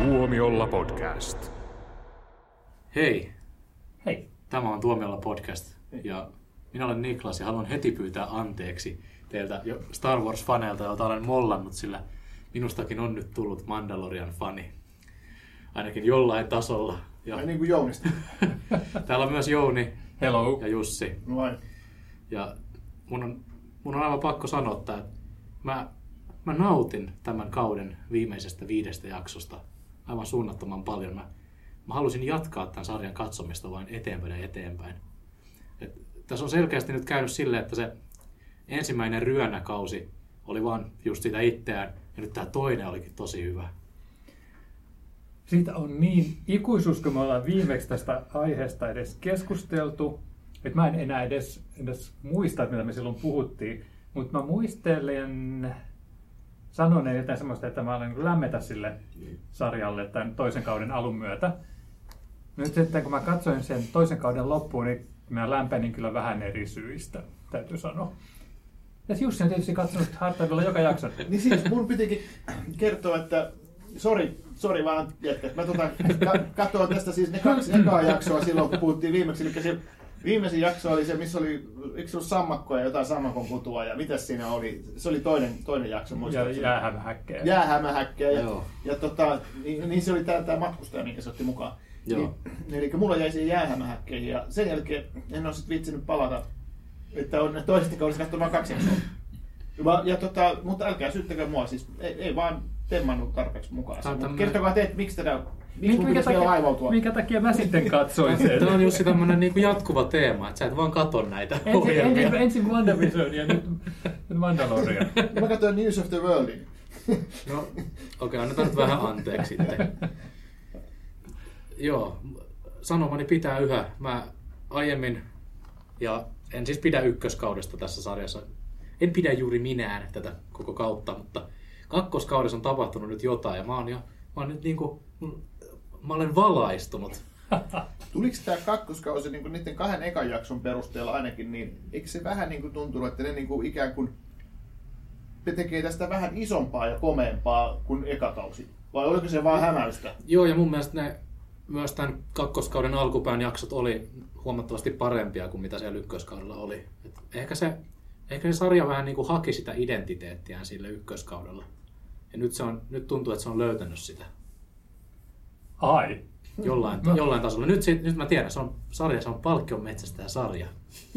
Tuomiolla podcast. Hei. Hei. Tämä on Tuomiolla podcast. Ja minä olen Niklas ja haluan heti pyytää anteeksi teiltä jo Star Wars-faneilta, joilta olen mollannut, sillä minustakin on nyt tullut Mandalorian-fani. Ainakin jollain tasolla. Ja niin kuin Jounista. Täällä on myös Jouni. Hello. Ja Jussi. Noin. Ja mun on aivan pakko sanoa, että mä nautin tämän kauden viimeisestä 5 jaksosta aivan suunnattoman paljon. Mä halusin jatkaa tämän sarjan katsomista vain eteenpäin ja eteenpäin. Tässä on selkeästi nyt käynyt silleen, että se ensimmäinen ryönäkausi oli vaan just sitä itseään, ja nyt tämä toinen olikin tosi hyvä. Siitä on niin ikuisuus, kun me ollaan viimeksi tästä aiheesta edes keskusteltu, että mä en enää edes muista, että mitä me silloin puhuttiin, mutta mä muistelen sanoneen jotain semmoista, että mä olen lämmetä sille sarjalle tämän toisen kauden alun myötä. Nyt sitten kun mä katsoin sen toisen kauden loppuun, niin mä lämpenin kyllä vähän eri syistä, täytyy sanoa. Ja Jussi on tietysti katsonut hartaudella joka jakson. Niin siis mun pitikin kertoa, että sori vaan jätkät. Mä katsoin tästä siis ne 2 ekaa jaksoa silloin, kun puhuttiin viimeksi. Eli se viimeisin jakso oli se, missä oli, eikö se ollut sammakkoa ja jotain sammakon kutua ja mitäs siinä oli? Se oli toinen jakso muistaakseni. Ja jäähämähäkkejä. Jäähämähäkkejä. Niin se oli tää matkustaja, minkä se otti mukaan. Niin, eli mulla jäi siihen jäähämähäkkeihin ja sen jälkeen en ole sit viitsinyt palata, että on toisesta kaudesta katsonut vain 2 jaksoa. Mutta älkää syyttäkää mua, siis ei vaan temmannut tarpeeksi mukaan. Kertokaa te, että miksi mun pitäisi vielä vaivautua. Minkä takia mä sitten katsoin sen? Tämä on just tämmöinen niin kuin jatkuva teema, että sä et vaan katso näitä ohjelmia. Ensin WandaVision ja nyt Mandalorian. Mä katsoin News of the Worldin. No, okei, annetaan nyt vähän anteeksi sitten. Joo, sanomani pitää yhä. Mä aiemmin, ja en siis pidä ykköskaudesta tässä sarjassa. En pidä juuri minään tätä koko kautta, mutta kakkoskaudessa on tapahtunut nyt jotain, ja mä oon nyt niinku, mä olen valaistunut. Tuliko tää kakkoskausi niin niiden 2 ekan jakson perusteella ainakin, niin eikö se vähän niin kuin tuntunut, että ne niin kuin ikään kuin tekee tästä vähän isompaa ja komeampaa kuin ekakausi? Vai oliko se vaan hämäystä? Joo, ja mun mielestä ne myös tämän kakkoskauden alkupään jaksot oli huomattavasti parempia kuin mitä siellä ykköskaudella oli. Et ehkä se sarja vähän niin kuin haki sitä identiteettiään sille ykköskaudella. Ja nyt tuntuu, että se on löytänyt sitä. Ai. Jollain tasolla. Nyt mä tiedän, se on Palkkion metsästäjä sarja.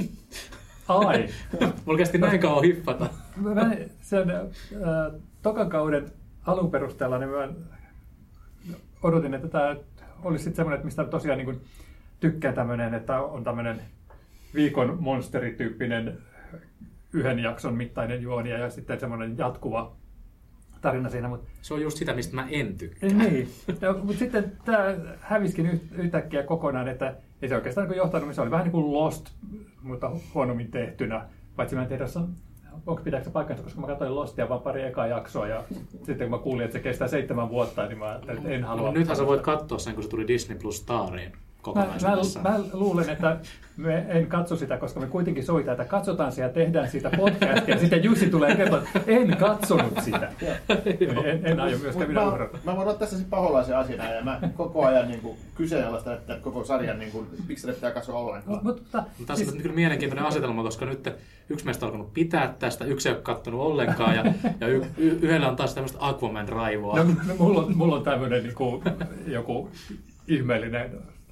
Ai. Mulla kesti näin kauan hiffata. Mä sen tokan kauden alun perusteella niin mä odotin, että tämä olisi sitten semmoinen, mistä tosiaan niin tykkään tämmöinen, että on tämmöinen viikon monsterityyppinen 1 jakson mittainen juoni ja sitten semmoinen jatkuva tarina siinä. Se on just sitä, mistä mä en tykkää. Niin, mutta sitten tämä häviskin yhtäkkiä kokonaan, että ei se oikeastaan niin johtanut, se oli vähän niin kuin Lost, mutta huonommin tehtynä. Paitsi mä en tiedä, pitääkö se paikkansa, koska mä katsoin Lostia vaan 2 ekaa jaksoa ja sitten kun mä kuulin, että se kestää 7 vuotta, niin mä ajattelin, että en halua. No, nythän sä voit katsoa sen, kun se tuli Disney Plus Stariin kokonaisuudessaan. Mä luulen, että en katso sitä, koska me kuitenkin sovitaan, että katsotaan sitä ja tehdään siitä podcastia ja sitten Jussi tulee kertoa, että en katsonut sitä. en aio myöskään minä uhrata. Mä voin ottaa sen paholaisen asiana ja mä koko ajan niin kyseenalaistan, että koko sarjan, niin kuin, miksi se pitää katsoa ollenkaan. Tässä on kyllä mielenkiintoinen asetelma, koska nyt yksi meistä on alkanut pitää tästä, yksi ei ole kattonut ollenkaan ja yhdellä on taas tämmöistä Aquaman-raivoa. No, mulla on tämmöinen niin kuin, joku ihmeellinen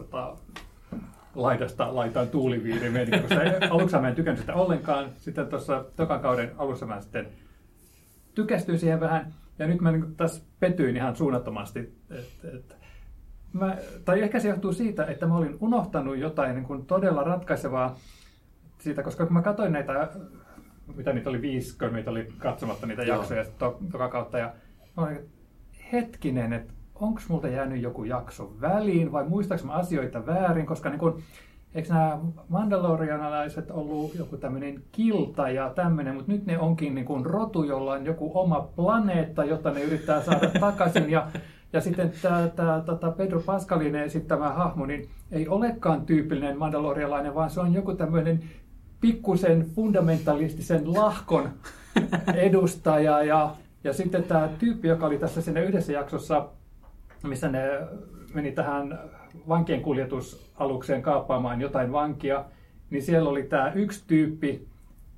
laidasta laitaan tuuliviiri meni, koska aluksi mä en tykännyt sitä ollenkaan. Sitten tuossa tokan kauden alussa mä sitten tykästyin siihen vähän. Ja nyt mä niin tässä petyin ihan suunnattomasti. Tai ehkä se johtuu siitä, että mä olin unohtanut jotain niin kuin todella ratkaisevaa siitä, koska kun mä katsoin näitä, mitä niitä oli 5, kun meitä oli katsomatta niitä jaksoja tokan kautta. Ja mä olin, hetkinen, että onko multa jäänyt joku jakso väliin vai muistaaks mä asioita väärin, koska niin kun, eikö nämä mandalorianalaiset ollut joku tämmöinen kilta ja tämmöinen, mutta nyt ne onkin niin kun rotu, jolla on joku oma planeetta, jota ne yrittää saada takaisin ja sitten tämä Pedro Pascalin esittämä hahmo niin ei olekaan tyypillinen mandalorialainen, vaan se on joku tämmöinen pikkusen fundamentalistisen lahkon edustaja ja sitten tämä tyyppi, joka oli tässä siinä yhdessä jaksossa missä ne meni tähän vankien kuljetusalukseen kaappaamaan jotain vankia, niin siellä oli tämä yksi tyyppi,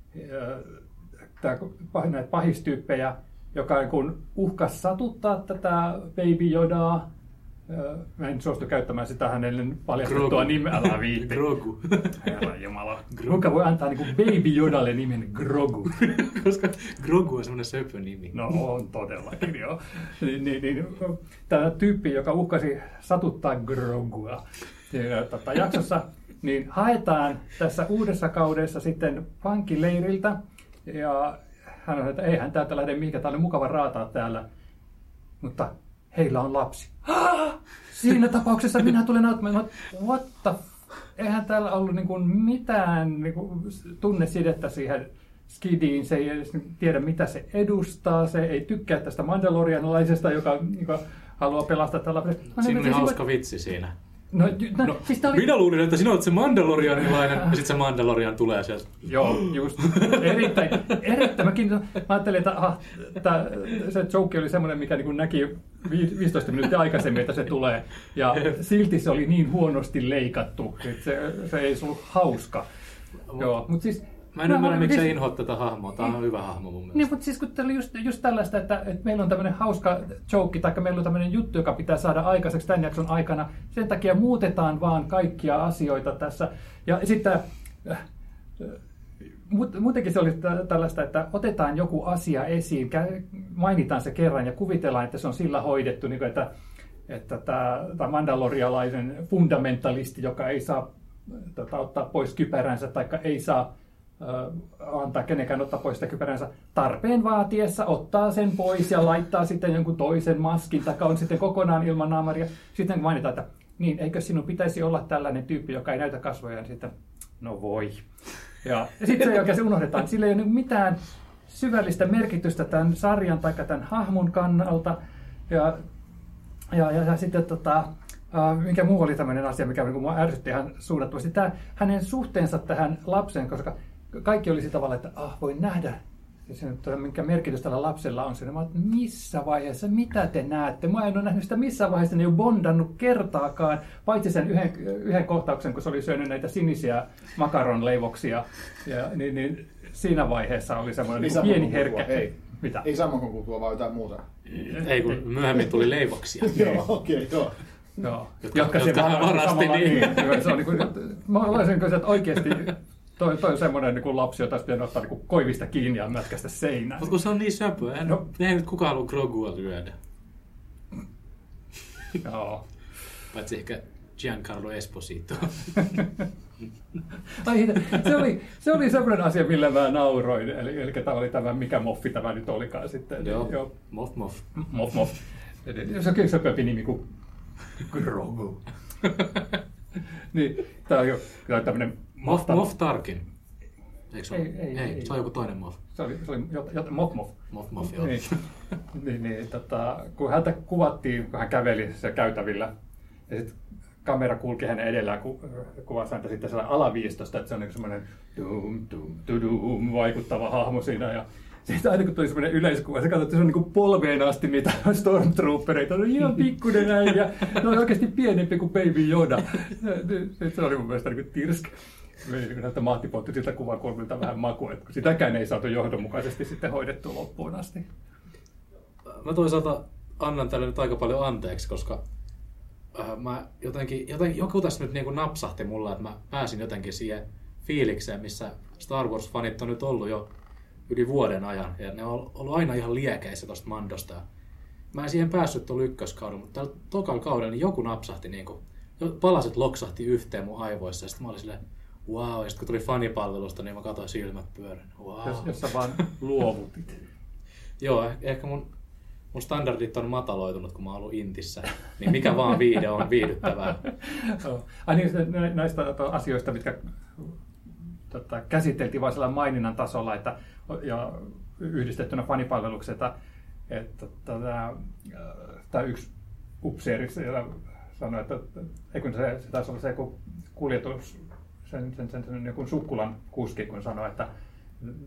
näitä pahistyyppejä, joka kun uhkasi satuttaa tätä Baby Yodaa. Mä en suostu käyttämään sitä hänelle paljastettua nimeä. Älä viitti. Grogu. Herranjumala. Kuka voi antaa niin Baby Yodalle nimen Grogu? Koska Grogu on semmoinen söpö nimi. No on todellakin, joo. Tämä tyyppi, joka uhkasi satuttaa Grogua jaksossa, niin haetaan tässä uudessa kaudessa sitten vankileiriltä. Ja hän on, että eihän täältä lähde mihinkään, tää oli mukava raataa täällä. Mutta heillä on lapsi. Siinä tapauksessa minä tulen auttamaan. What the eihän täällä ollut niinku mitään niinku tunnesidettä siihen Skidiin. Se ei edes tiedä, mitä se edustaa. Se ei tykkää tästä mandalorianilaisesta, joka haluaa pelastaa tällä lapsesta. Siinä oli hauska vitsi siinä. Siis minä luulin, että sinä olet se mandalorianilainen, ja sitten se Mandalorian tulee sieltä. Joo, just. Erittäin. Mä ajattelin, että se joke oli semmoinen, mikä niin näki 15 minuuttia aikaisemmin, että se tulee. Ja silti se oli niin huonosti leikattu, että se ei ollut hauska. Joo, mutta siis... Mä en ymmärrä, miksi sä inhoat tätä hahmoa. Tämä on hyvä hahmo mun mielestä. Niin, mutta siis kun oli just tällaista, että meillä on tämmöinen hauska joke, tai meillä on tämmöinen juttu, joka pitää saada aikaiseksi tämän jakson aikana. Sen takia muutetaan vaan kaikkia asioita tässä. Ja sitten muutenkin se oli tällaista, että otetaan joku asia esiin, mainitaan se kerran ja kuvitellaan, että se on sillä hoidettu, niin kuin, että tämä mandalorialainen fundamentalisti, joka ei saa ottaa pois kypäränsä, tai ei saa antaa kenenkään ottaa pois sitä kypäränsä tarpeen vaatiessa, ottaa sen pois ja laittaa sitten jonkun toisen maskin, tai on sitten kokonaan ilman naamaria. Sitten mainitaan, että niin, eikö sinun pitäisi olla tällainen tyyppi, joka ei näytä kasvoja, niin sitten, no voi. Ja sitten se oikein unohdetaan. Sillä ei ole mitään syvällistä merkitystä tämän sarjan tai tämän hahmon kannalta. Ja sitten mikä muu oli tämmöinen asia, mikä minua ärsytti ihan suunnattomasti. Tämä hänen suhteensa tähän lapseen, koska kaikki oli sillä tavalla, että voi nähdä, minkä merkitys tällä lapsella on. Mä olen, missä vaiheessa, mitä te näette? Mä en ole nähnyt sitä missään vaiheessa, ne ei ole bondannut kertaakaan, paitsi sen yhden kohtauksen, kun se oli syönyt näitä sinisiä makaronleivoksia. Niin siinä vaiheessa oli semmoinen niin pieni herkkä. Mitä? Ei sammakon kultua, vaan jotain muuta. Ei, kun myöhemmin tuli leivoksia. Joo, okei, joo. Joo, jotka hän varasti. Niin. Se on mä olisin että oikeasti toi on semmoinen niin lapsi, jota sitten ottaa niin koivista kiinni ja mätkästä seinään. Mutta kun se on niin söpö, ei nyt kukaan halua Grogua lyödä. Joo. Paitsi ehkä Giancarlo Esposito. Se oli semmoinen asia, millä mä nauroin. Eli tämä oli tämä, mikä moffi tämä nyt olikaan sitten. Joo. Moff. Se on söpömpi nimi kuin Grogu. Niin, tämä on jo tämmöinen... Moff Tarkin. Eikö se ole? Ei. Se on joku toinen Moff. Se oli Moff. Moff, joo. Niin, kun häntä kuvattiin, kun hän käveli siellä käytävillä, ja sitten kamera kulki hänen edellään, kuvasi häntä sitten sellainen alaviistosta, että se on semmoinen vaikuttava hahmo siinä. Ja sitten aina kun tuli semmoinen yleiskuva, se katsoi, että se on niin kuin polveen asti niitä stormtroopereita. Ne on ihan pikkuinen äijä. Ne on oikeasti pienempi kuin Baby Yoda. Se oli mun mielestä niin kuin tirska. Näyttää Mahti potti siltä kuvakulmilta vähän makua, että sitäkään ei saatu johdonmukaisesti sitten hoidettua loppuun asti. Mä toisaalta annan tälle nyt aika paljon anteeksi, koska mä jotenkin joku tässä nyt niin kuin napsahti mulla, että mä pääsin jotenkin siihen fiilikseen, missä Star Wars-fanit on nyt ollut jo yli vuoden ajan, ja ne on ollut aina ihan liekeissä tosta Mandosta. Mä en siihen päässyt tuolla ykköskaudella, mutta tällä tokalla kaudella niin joku napsahti, niin kuin, palaset loksahti yhteen mun aivoissa, ja sitten mä olin silleen, wow, ja sitten kun tuli fanipalvelusta, niin mä katsoin silmät pyörän. Wow. Jos sä vaan luovutit. Joo, ehkä mun standardit on mataloitunut, kun mä oon ollut Intissä, niin mikä vaan viihde on viihdyttävää. Ai niin, näistä asioista, mitkä käsiteltiin vain sellainen maininnan tasolla, ja yhdistettynä fanipalvelukseen, että tämä yksi upseeri sanoi, että se taisi olla se joku kuljetus, sen joku sukkulan kuski, kun sanoi, että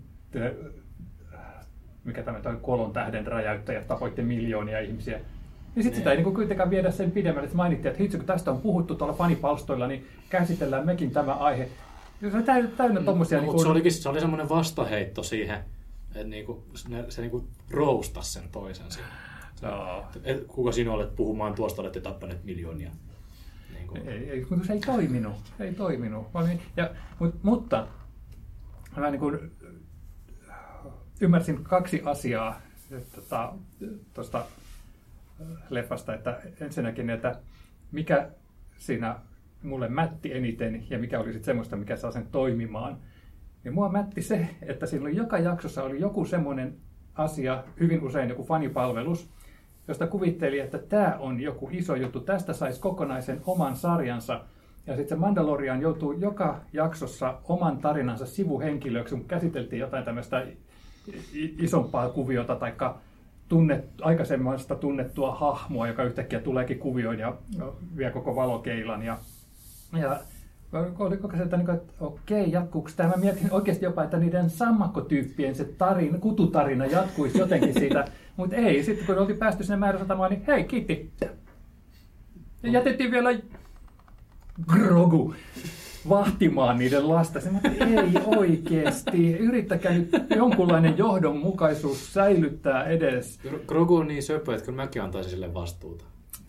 mikä tämä on kolon tähden räjäyttäjät, tapoitte miljoonia ihmisiä. Niin sitten sitä ei niin kuitenkaan viedä sen pidemmälle, että mainittiin, että hitsi, kun tästä on puhuttu tuolla fanipalstoilla, niin käsitellään mekin tämä aihe. Se on täynnä tommosia... No, mutta se oli semmoinen vastaheitto siihen, että niinku, se niinku roustasi sen toisen siinä. No. Kuka sinä olet puhumaan tuosta, olette tappaneet miljoonia? Niinku. Se ei toiminut. Mutta mä niin kuin ymmärsin 2 asiaa tuosta leffasta, että ensinnäkin, että mikä siinä mulle mätti eniten ja mikä oli sitten semmoista, mikä saa sen toimimaan. Ja mua mätti se, että siinä oli joka jaksossa oli joku semmoinen asia, hyvin usein joku fanipalvelus, josta kuvitteli, että tämä on joku iso juttu, tästä saisi kokonaisen oman sarjansa. Ja sitten se Mandalorian joutuu joka jaksossa oman tarinansa sivuhenkilöksi, kun käsiteltiin jotain tämmöistä isompaa kuviota tai aikaisemmasta tunnettua hahmoa, joka yhtäkkiä tuleekin kuvioon ja vie koko valokeilan. Ja oliko se, että okei, jatkuuko tämä? Mä mietin oikeasti jopa, että niiden sammakkotyyppien se kututarina jatkuisi jotenkin siitä, mutta ei. Sitten kun oltiin päästy sinne määräsatamaan, niin hei, kiitti. Ja jätettiin vielä Grogu vahtimaan niiden lasta. Ei oikeesti. Yrittäkää nyt jonkunlainen johdonmukaisuus säilyttää edes. Grogu on niin söpö, että kyllä mäkin antaisin sille vastuuta.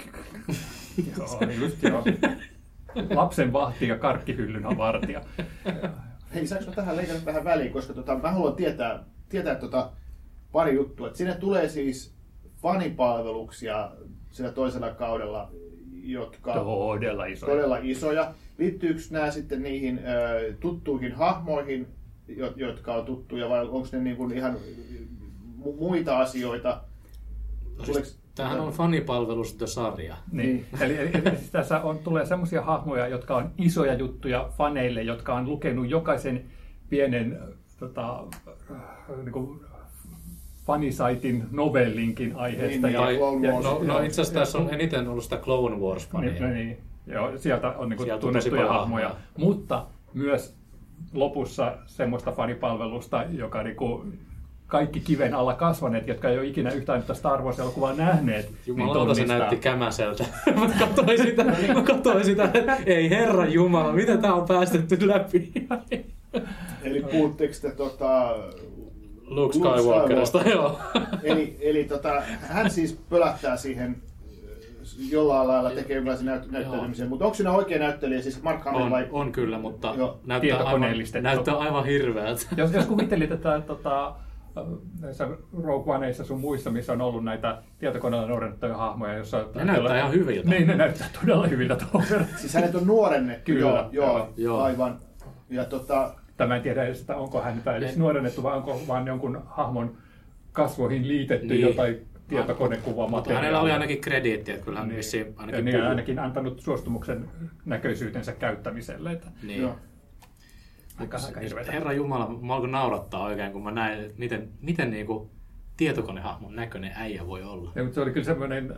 Joo. Lapsen vahti ja karkkihyllyn vartija. Hei, saanko mä tähän leikata vähän väliin, koska mä haluan tietää pari juttua. Et sinne tulee siis fanipalveluksia sillä toisella kaudella, jotka todella isoja. Liittyykö nämä sitten niihin tuttuihin hahmoihin, jotka on tuttuja, vai onko ne niin kuin ihan muita asioita? No siis, tämähän on fanipalvelusarja. Niin. Eli tässä tulee sellaisia hahmoja, jotka on isoja juttuja faneille, jotka on lukenut jokaisen pienen niin kuin fanisaitin novellinkin aiheesta. Niin, itse asiassa tässä on eniten ollut sitä Clone Wars-fania. Niin. Joo, sieltä on niin kuin tunnettuja hahmoja, mutta myös lopussa semmoista fanipalvelusta, joka niin kuin kaikki kiven alla kasvaneet, jotka ei ole ikinä yhtään Star Wars-elokuvaa nähneet. Jumalauta, se näytti kämäseltä. Mä katsoin sitä, että ei herran jumala, miten tää on päästetty läpi? Eli puhutteeko te Luke Skywalkerista, joo. Eli hän siis pölähtää siihen jollain lailla tekee jonkinlaisen näyttelemisen, mutta onko siinä oikea näyttelijä, siis Mark Hamill vai? On kyllä, mutta näyttää aivan hirveältä. Jos kuvittelit, että näissä Rogue Oneissa sun muissa, missä on ollut näitä tietokoneella nuorennettuja hahmoja, jossa... Ne näyttää ihan hyviltä. Niin, ne näyttää todella hyviltä tuohon. Siis hänet on nuorennettu, kyllä, joo, aivan. Ja Tämä en tiedä edes, että onko hän edes nuorennettu, vai onko vaan jonkun hahmon kasvoihin liitetty jotain tietokonekuvamateriaalia. Mutta hänellä oli ainakin krediitti, että kyllä hän vissiin ainakin puhui. Ainakin antanut suostumuksen näköisyytensä käyttämiselle. Että niin. Aika hirveetä. Herra Jumala, mä alkoin naurattaa oikein, kun mä näin, että miten niinku tietokonehahmon näköinen äijä voi olla. Ja, mutta se oli kyllä semmoinen,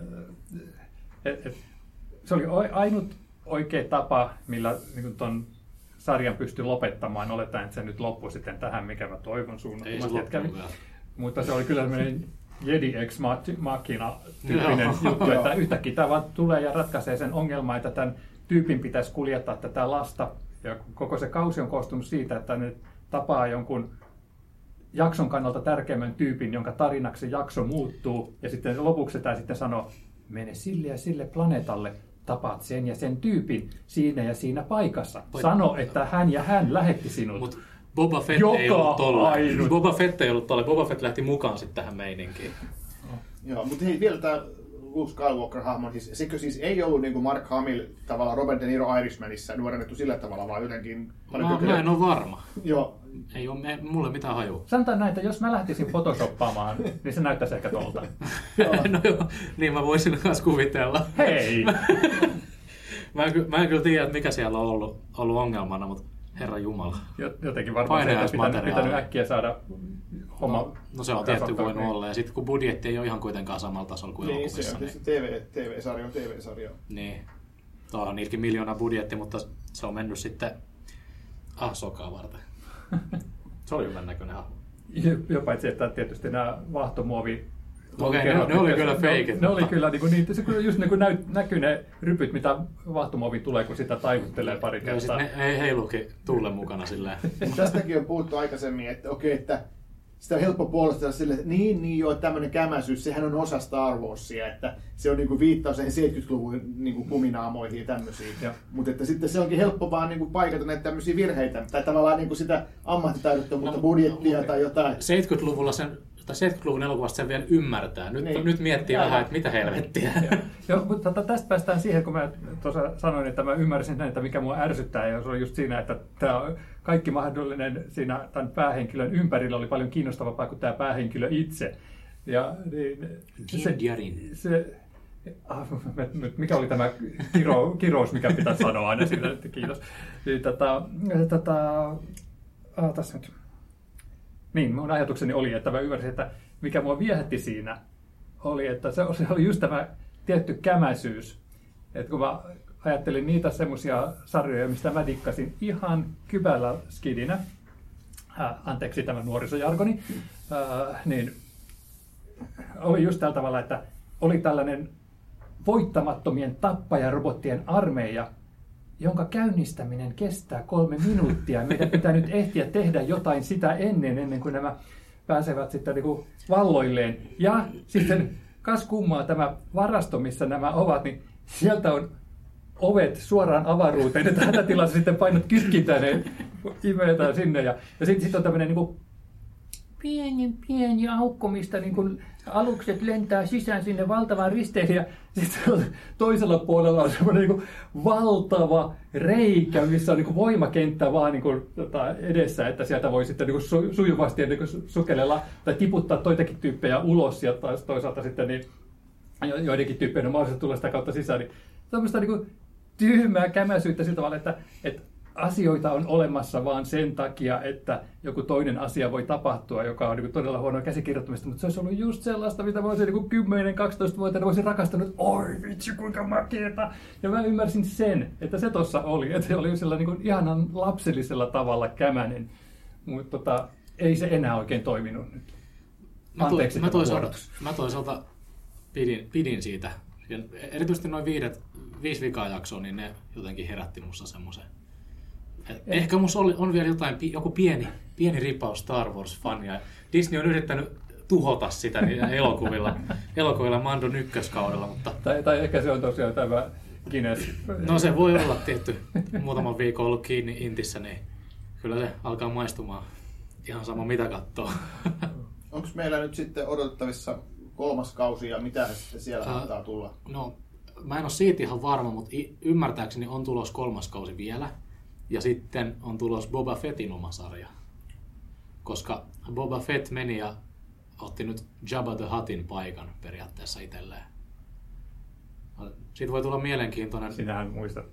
se oli ainut oikea tapa, millä niin ton sarjan pystyi lopettamaan. Olettaen, että se nyt loppui sitten tähän, mikä mä toivon suunnattomasti. Mutta se oli kyllä semmoinen Jedi Ex Machina-tyyppinen juttu, että yhtäkkiä tämä vaan tulee ja ratkaisee sen ongelman, että tämän tyypin pitäisi kuljettaa tätä lasta. Ja koko se kausi on koostunut siitä, että ne tapaa jonkun jakson kannalta tärkeimmän tyypin, jonka tarinaksi jakso muuttuu. Ja sitten lopuksi tämä sitten sanoo, mene sille ja sille planeetalle, tapaat sen ja sen tyypin siinä ja siinä paikassa. Sano, että hän ja hän lähetti sinut. Mut Boba Fett ei ollut tolle. Boba Fett ei ollut tolle. Boba Fett lähti mukaan sitten tähän meininkiin. Joo, mutta hei, vielä tämä Luke Skywalker-hahmo, sekö siis ei ollut niin kuin Mark Hamill tavallaan Robert De Niro Irishmanissa nuorennettu sillä tavalla, vaan jotenkin... Mä en ole varma. Joo. Ei ole mulle mitään hajua. Sanotaan näin, että jos mä lähtisin photoshoppaamaan, niin se näyttäisi ehkä tuolta. No joo, niin mä voisin myös kuvitella. Hei! Mä en kyllä tiedä, että mikä siellä on ollut ongelmana, mutta herra jumala. Jotenkin varmaan se, että pitänyt äkkiä saada homma... No se on tietty voinut olla. Ja sitten kun budjetti ei ole ihan kuitenkaan samalla tasolla kuin elokuvissa. Niin, se on TV-sarja on TV-sarja. Niin. Tuolla on niilläkin 1 miljoona budjetti, mutta se on mennyt sitten sokaa varten. Se oli hyvän näköinen hahmo. Jopa itse, että tietysti nämä vahtomuovi Okei, ne oli kyllä fake. Ne oli kyllä niin, se just niin kuin näkyy ne rypyt, mitä vaahtomuovi tulee, kun sitä taivuttelee pari kertaa. Ne heilukin tuulen mukana silleen. Tästäkin on puhuttu aikaisemmin, että okei, että sitä on helppo puolustella silleen, että niin joo, tämmöinen kämäisyys, sehän on osa Star Warsia, että se on niinku viittaus 70-luvun niinku kuminaamoihin ja tämmöisiin. Mutta että sitten se onkin helppo vaan niinku paikata näitä tämmöisiä virheitä, tai tavallaan niinku sitä ammattitaidottomuutta, budjettia tai jotain. 70-luvun elokuvasta sen vielä ymmärtää. Nyt miettii vähän, että mitä helvettiä. Joo, mutta tästä päästään siihen, kun mä tuossa sanoin, että mä ymmärsin näin, että mikä mua ärsyttää, ja se on just siinä, että tämä kaikki mahdollinen siinä tämän päähenkilön ympärillä oli paljon kiinnostavampaa kuin tämä päähenkilö itse. Ja mikä oli tämä kirous, mikä pitää sanoa aina siinä, että kiitos. Tässä nyt. Niin, mun ajatukseni oli, että mä ymmärsin, että mikä mua viehätti siinä oli, että se oli just tämä tietty kämäisyys. Että kun mä ajattelin niitä semmoisia sarjoja, mistä mä dikkasin ihan kyvällä skidinä, anteeksi tämä nuorisojargoni, niin oli just tällä tavalla, että oli tällainen voittamattomien tappajarobottien armeija, jonka käynnistäminen kestää 3 minuuttia. Meidän pitää nyt ehtiä tehdä jotain sitä ennen kuin nämä pääsevät sitten niin kuin valloilleen. Ja sitten kas kummaa tämä varasto, missä nämä ovat, niin sieltä on ovet suoraan avaruuteen. Ja hätätilassa sitten painat kytkintään, ne imetään sinne. Ja sitten on tämmöinen niin kuin pieni aukko, mistä niin kuin alukset lentää sisään sinne valtavaan risteihin, ja sitten toisella puolella on semmoinen niin kuin valtava reikä, missä on niin kuin voimakenttä vaan niin kuin edessä, että sieltä voi sitten niin kuin sujuvasti niin kuin sukellella tai tiputtaa toitakin tyyppejä ulos, ja toisaalta sitten niin joidenkin tyyppien on mahdollista tulla sitä kautta sisään. Niin tämmöistä niin kuin tyhmää kämäisyyttä sillä tavalla, että asioita on olemassa vaan sen takia, että joku toinen asia voi tapahtua, joka on niin kuin todella huonoa käsikirjoittamista, mutta se olisi ollut just sellaista, mitä mä olisin niin 10-12-vuotiaana voisin rakastanut. Oi vitsi, kuinka makeeta! Ja mä ymmärsin sen, että se tossa oli, että se oli sellainen niin kuin ihanan lapsellisella tavalla kämänen, mutta ei se enää oikein toiminut nyt. Anteeksi, mä toisaalta pidin siitä. Ja erityisesti noin 5 vikaa jaksoa, niin ne jotenkin herätti musta semmoisen. Ehkä musta on vielä joku pieni ripaus Star Wars-fania. Disney on yrittänyt tuhota sitä elokuvilla Mandon ykköskaudella, mutta... Tai ehkä se on tosiaan tämä Guinness. No se voi olla tietty. Muutaman viikon ollut kiinni Intissä, niin kyllä se alkaa maistumaan ihan sama mitä katsoo. Onko meillä nyt sitten odotettavissa 3. kausi ja mitä sitten siellä saattaa tulla? No, mä en ole siitä ihan varma, mutta ymmärtääkseni on tulos 3. kausi vielä. Ja sitten on tulos Boba Fettin oma sarja. Koska Boba Fett meni ja otti nyt Jabba the Huttin paikan periaatteessa itselleen. Siitä voi tulla mielenkiintoinen... Sinähän muistat.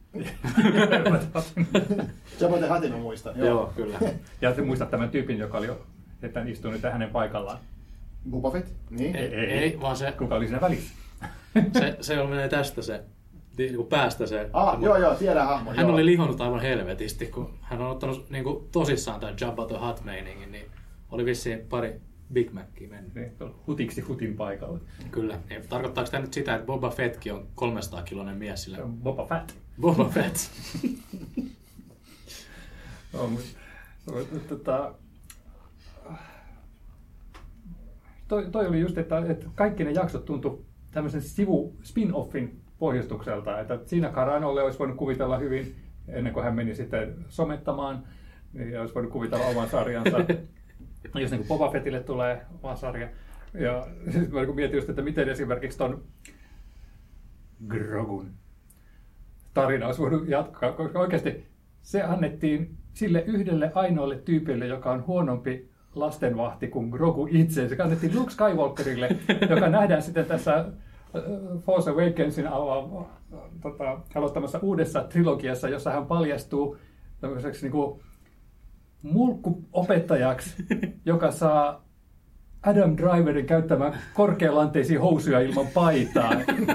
Jabba the Huttin on muistan. Joo, kyllä. Ja muistat tämän tyypin, joka oli että istuu nyt hänen paikallaan. Boba Fett? Niin? Ei, vaan se... Kuka oli siinä välissä? se menee tästä se... Niin päästä se. Joo, tiedän hahmo. Hän oli lihonnut aivan helvetisti, kun hän on ottanut niin kuin, tosissaan tämän Jabba the Hutt-meiningin, niin oli vissiin pari Big Mackia mennyt. Niin, hutiksi Hutin paikalla. Kyllä. Niin, tarkoittaako tämä nyt sitä, että Boba Fettkin on 300-kiloinen mies sillä? Boba Fett. Boba Fett. Toi oli just, että kaikki ne jaksot tuntui tämmöisen spin-offin pohjustukselta, että siinä Caranolle olisi voinut kuvitella hyvin, ennen kuin hän meni sitten somettamaan, niin olisi voinut kuvitella oman sarjansa. Jos niin kuin Boba Fettille tulee oma sarja. Ja sitten mä mietin just, että miten esimerkiksi ton Grogun tarina olisi voinut jatkaa, koska oikeasti se annettiin sille yhdelle ainoalle tyypille, joka on huonompi lastenvahti kuin Grogu itse. Se kannettiin Luke Skywalkerille, joka nähdään sitten tässä Force Awakensin aloittamassa uudessa trilogiassa, jossa hän paljastuu tämmöiseksi niin mulkkuopettajaksi, joka saa Adam Driverin käyttämään korkealanteisia housuja ilman paitaa.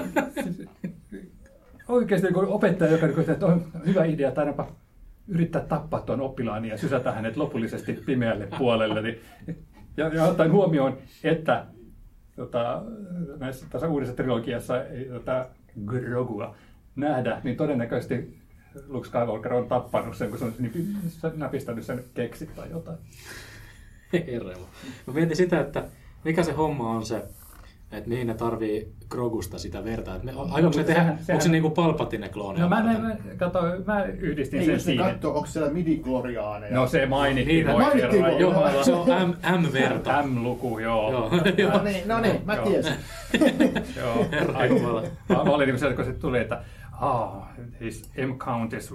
Oikeasti opettaja, joka että on hyvä idea, taidaanpa yrittää tappaa tuon oppilaani ja sysätä hänet lopullisesti pimeälle puolelle. Ja ottaen huomioon, että tässä uudessa trilogiassa ei Grogua nähdä, niin todennäköisesti Luke Skywalker on tappanut sen, kun se on näpistänyt sen keksit tai jotain. Herrella. Mä mietin sitä, että mikä se homma on se, että mihin ne tarvii Grogusta sitä verta. Aikooko se tehdä, onko se niinku Palpatine-klooni? No mä yhdistin sen siihen. Katso, onko siellä midi-gloriaaneja? No se mainittiin. Joo, se on M-verta. M-luku, joo. No niin, mä tiesin. Joo. Mä olin niin kun se tuli, että his M-count is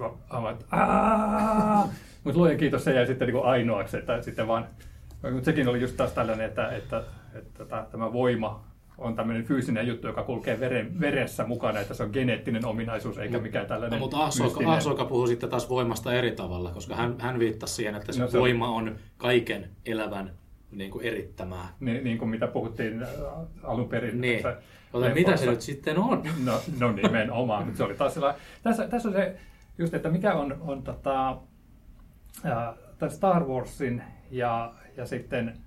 mutta luojan kiitos, se jäi sitten niin ainoaksi, että sitten vaan, mutta sekin oli just taas tällainen, että tämä voima on tämmöinen fyysinen juttu, joka kulkee veressä mukana, että se on geneettinen ominaisuus eikä mikään tällainen mutta Ahsoka puhui sitten taas voimasta eri tavalla, koska hän viittasi siihen, että se voima on kaiken elävän niin kuin erittämää. Niin kuin mitä puhuttiin alun perin. Niin. Mitä se nyt sitten on? No nimenomaan, mutta se oli taas sellainen. Tässä on se just, että mikä on Star Warsin ja sitten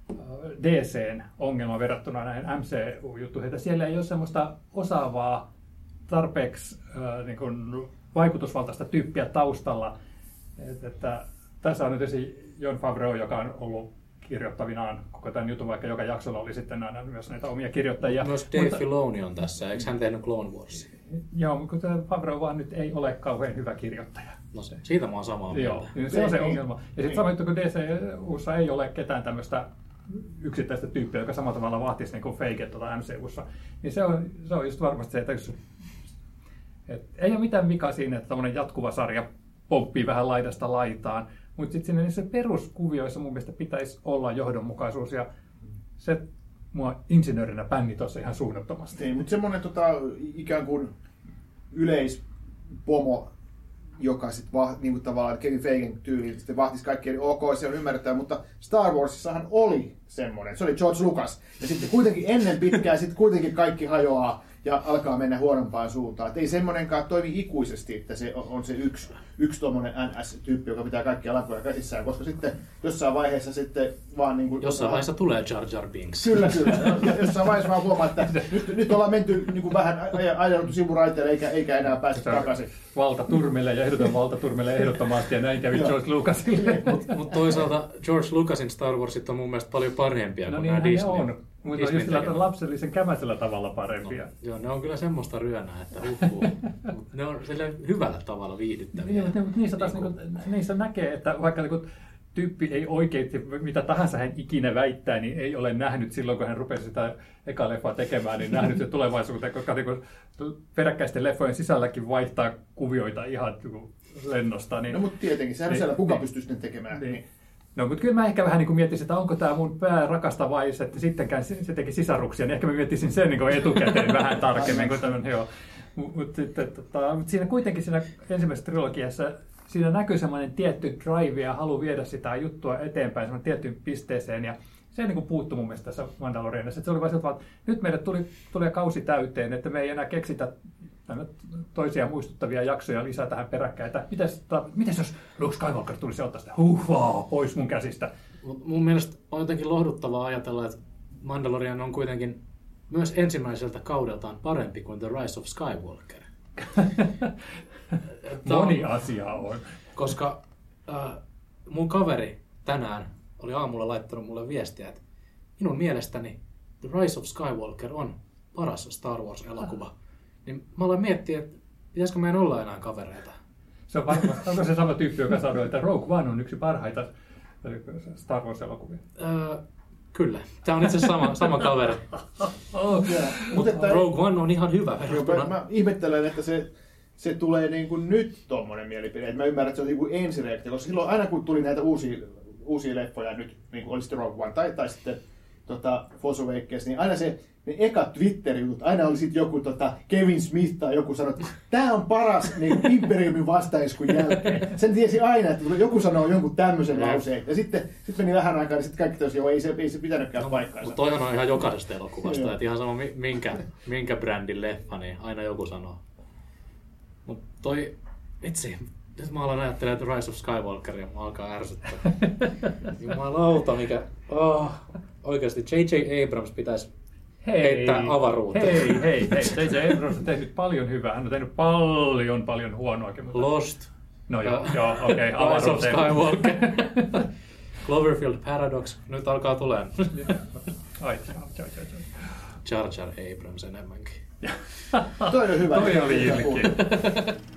DC:n ongelma verrattuna näihin MCU-juttuihin, että siellä ei ole semmoista osaavaa, tarpeeksi niin kuin vaikutusvaltaista tyyppiä taustalla. Että tässä on nyt esimerkiksi Jon Favreau, joka on ollut kirjoittavinaan koko tämän jutun, vaikka joka jaksolla oli sitten aina myös näitä omia kirjoittajia. Myös Dave Filoni on tässä, eikö hän tehnyt Clone Warsia? Joo, mutta Favreau vaan nyt ei ole kauhean hyvä kirjoittaja. No siitä mä oon samaa mieltä. Joo, niin se on se ongelma. Ja sitten samoin, kun DC:ssa ei ole ketään tämmöistä yksittäistä tyyppiä, joka samalla tavalla vahtisi niin kuin Feige MCU:ssa, niin se on just varmasti se, että ei ole mitään vikaa siinä, että tämmöinen jatkuva sarja pomppii vähän laidasta laitaan, mutta sitten siinä niissä peruskuvioissa mun mielestä pitäisi olla johdonmukaisuus, ja se mua insinöörinä bänni tuossa ihan suunnattomasti. Niin, mutta semmoinen ikään kuin yleispomo, joka sitten niin tavallaan Kevin Feigen tyyliin sitten vahtisi kaikki, ok, se on ymmärrettävä, mutta Star Warsissahan oli semmoinen, se oli George Lucas, ja sitten kuitenkin ennen pitkään sitten kuitenkin kaikki hajoaa ja alkaa mennä huonompaan suuntaan. Et ei semmoinenkaan toimi ikuisesti, että se on se yksi tuommoinen NS-tyyppi, joka pitää kaikkia lankoja käsissään, koska sitten jossain vaiheessa sitten vaan niin kuin... Jossain vaiheessa tulee Jar Jar Binks. Kyllä. Jossain vaiheessa vaan huomaa, että nyt ollaan menty niin kuin vähän ajeltu sivuraiteille eikä enää päästä takaisin. Valtaturmille ja ehdoton valtaturmille ehdottomasti, ja näin kävi George Lucasille. Mutta toisaalta George Lucasin Star Warsit on mun mielestä paljon parempia kuin nämä Disney. On. Mutta on just sillä lapsellisen kämäisellä tavalla parempia. No, joo, ne on kyllä semmoista ryönää, että hukkuu. Mutta ne on hyvällä tavalla viihdyttäviä. Mutta niissä taas niissä näkee, että vaikka tyyppi ei oikeasti, mitä tahansa hän ikinä väittää, niin ei ole nähnyt silloin, kun hän rupesi sitä eka leffaa tekemään, niin nähnyt se tulevaisuuteen, koska peräkkäisten leffojen sisälläkin vaihtaa kuvioita ihan lennosta. Niin, no mutta tietenkin, sehän on siellä, kuka pystyy sitten tekemään. Niin. No, mutta kyllä mä ehkä vähän niin miettisin, että onko tämä mun pää rakasta vai että sittenkään se teki sisaruksia, niin ehkä mä miettisin sen niin etukäteen vähän tarkemmin. Mutta siinä kuitenkin siinä ensimmäisessä trilogiassa siinä näkyy semmoinen tietty drive ja halu viedä sitä juttua eteenpäin semmoinen tiettyyn pisteeseen. Ja se niin puuttui mun mielestä tässä Mandalorianissa. Se oli vain että nyt meille tulee kausi täyteen, että me ei enää keksitä toisia muistuttavia jaksoja lisää tähän peräkkäin. Että mites jos Luke Skywalker tulisi ottaa sitä pois mun käsistä? Mun mielestä on jotenkin lohduttavaa ajatella, että Mandalorian on kuitenkin myös ensimmäiseltä kaudeltaan parempi kuin The Rise of Skywalker. Moni asia on. Koska mun kaveri tänään oli aamulla laittanut mulle viestiä, että minun mielestäni The Rise of Skywalker on paras Star Wars-elokuva. Niin mä aloin miettiä, että pitäisikö meidän olla enää kavereita. Se on varmasti, onko se sama tyyppi, joka sanoi, että Rogue One on yksi parhaita Star Wars-elokuvia? Kyllä. Tämä on itse asiassa sama kaveri. Mutta Rogue One on ihan hyvä. Mä ihmettelen, että se tulee niin kuin nyt tommonen mielipide. Et mä ymmärrän, että se on niin kuin ensireaktio, koska silloin aina kun tuli näitä uusia leffoja, nyt niin kuin oli sitten Rogue One tai sitten Force Awakens, niin aina ne ekat Twitter-jutut, aina oli sitten joku Kevin Smith tai joku sanoi, että tämä on paras niin Imperiumin vastaiskun jälkeen. Sen tiesi aina, että joku sanoo jonkun tämmöisen lauseen. Ja sitten meni vähän aikaa, niin sitten kaikki tosi, ei se pitänytkään paikkaansa. Mutta toihan on ihan jokaisesta elokuvasta, että ihan sama minkä brändin leffa, niin aina joku sanoo. Mutta vitsi, nyt mä alan ajattelemaan, että Rise of Skywalkeria alkaa ärsyttää. Jumalauta, mikä... oikeasti J.J. Abrams pitäisi heittää avaruuteen. Hei. J.J. Abrams on tehnyt paljon hyvää. Hän on tehnyt paljon huonoakin. Mutta... Lost. No joo, okei. Rise of Skywalker. Cloverfield Paradox. Nyt alkaa tulemaan. Ai. Jar Jar Abrams enemmänkin. Toi on hyvä. Toi oli ilkeä.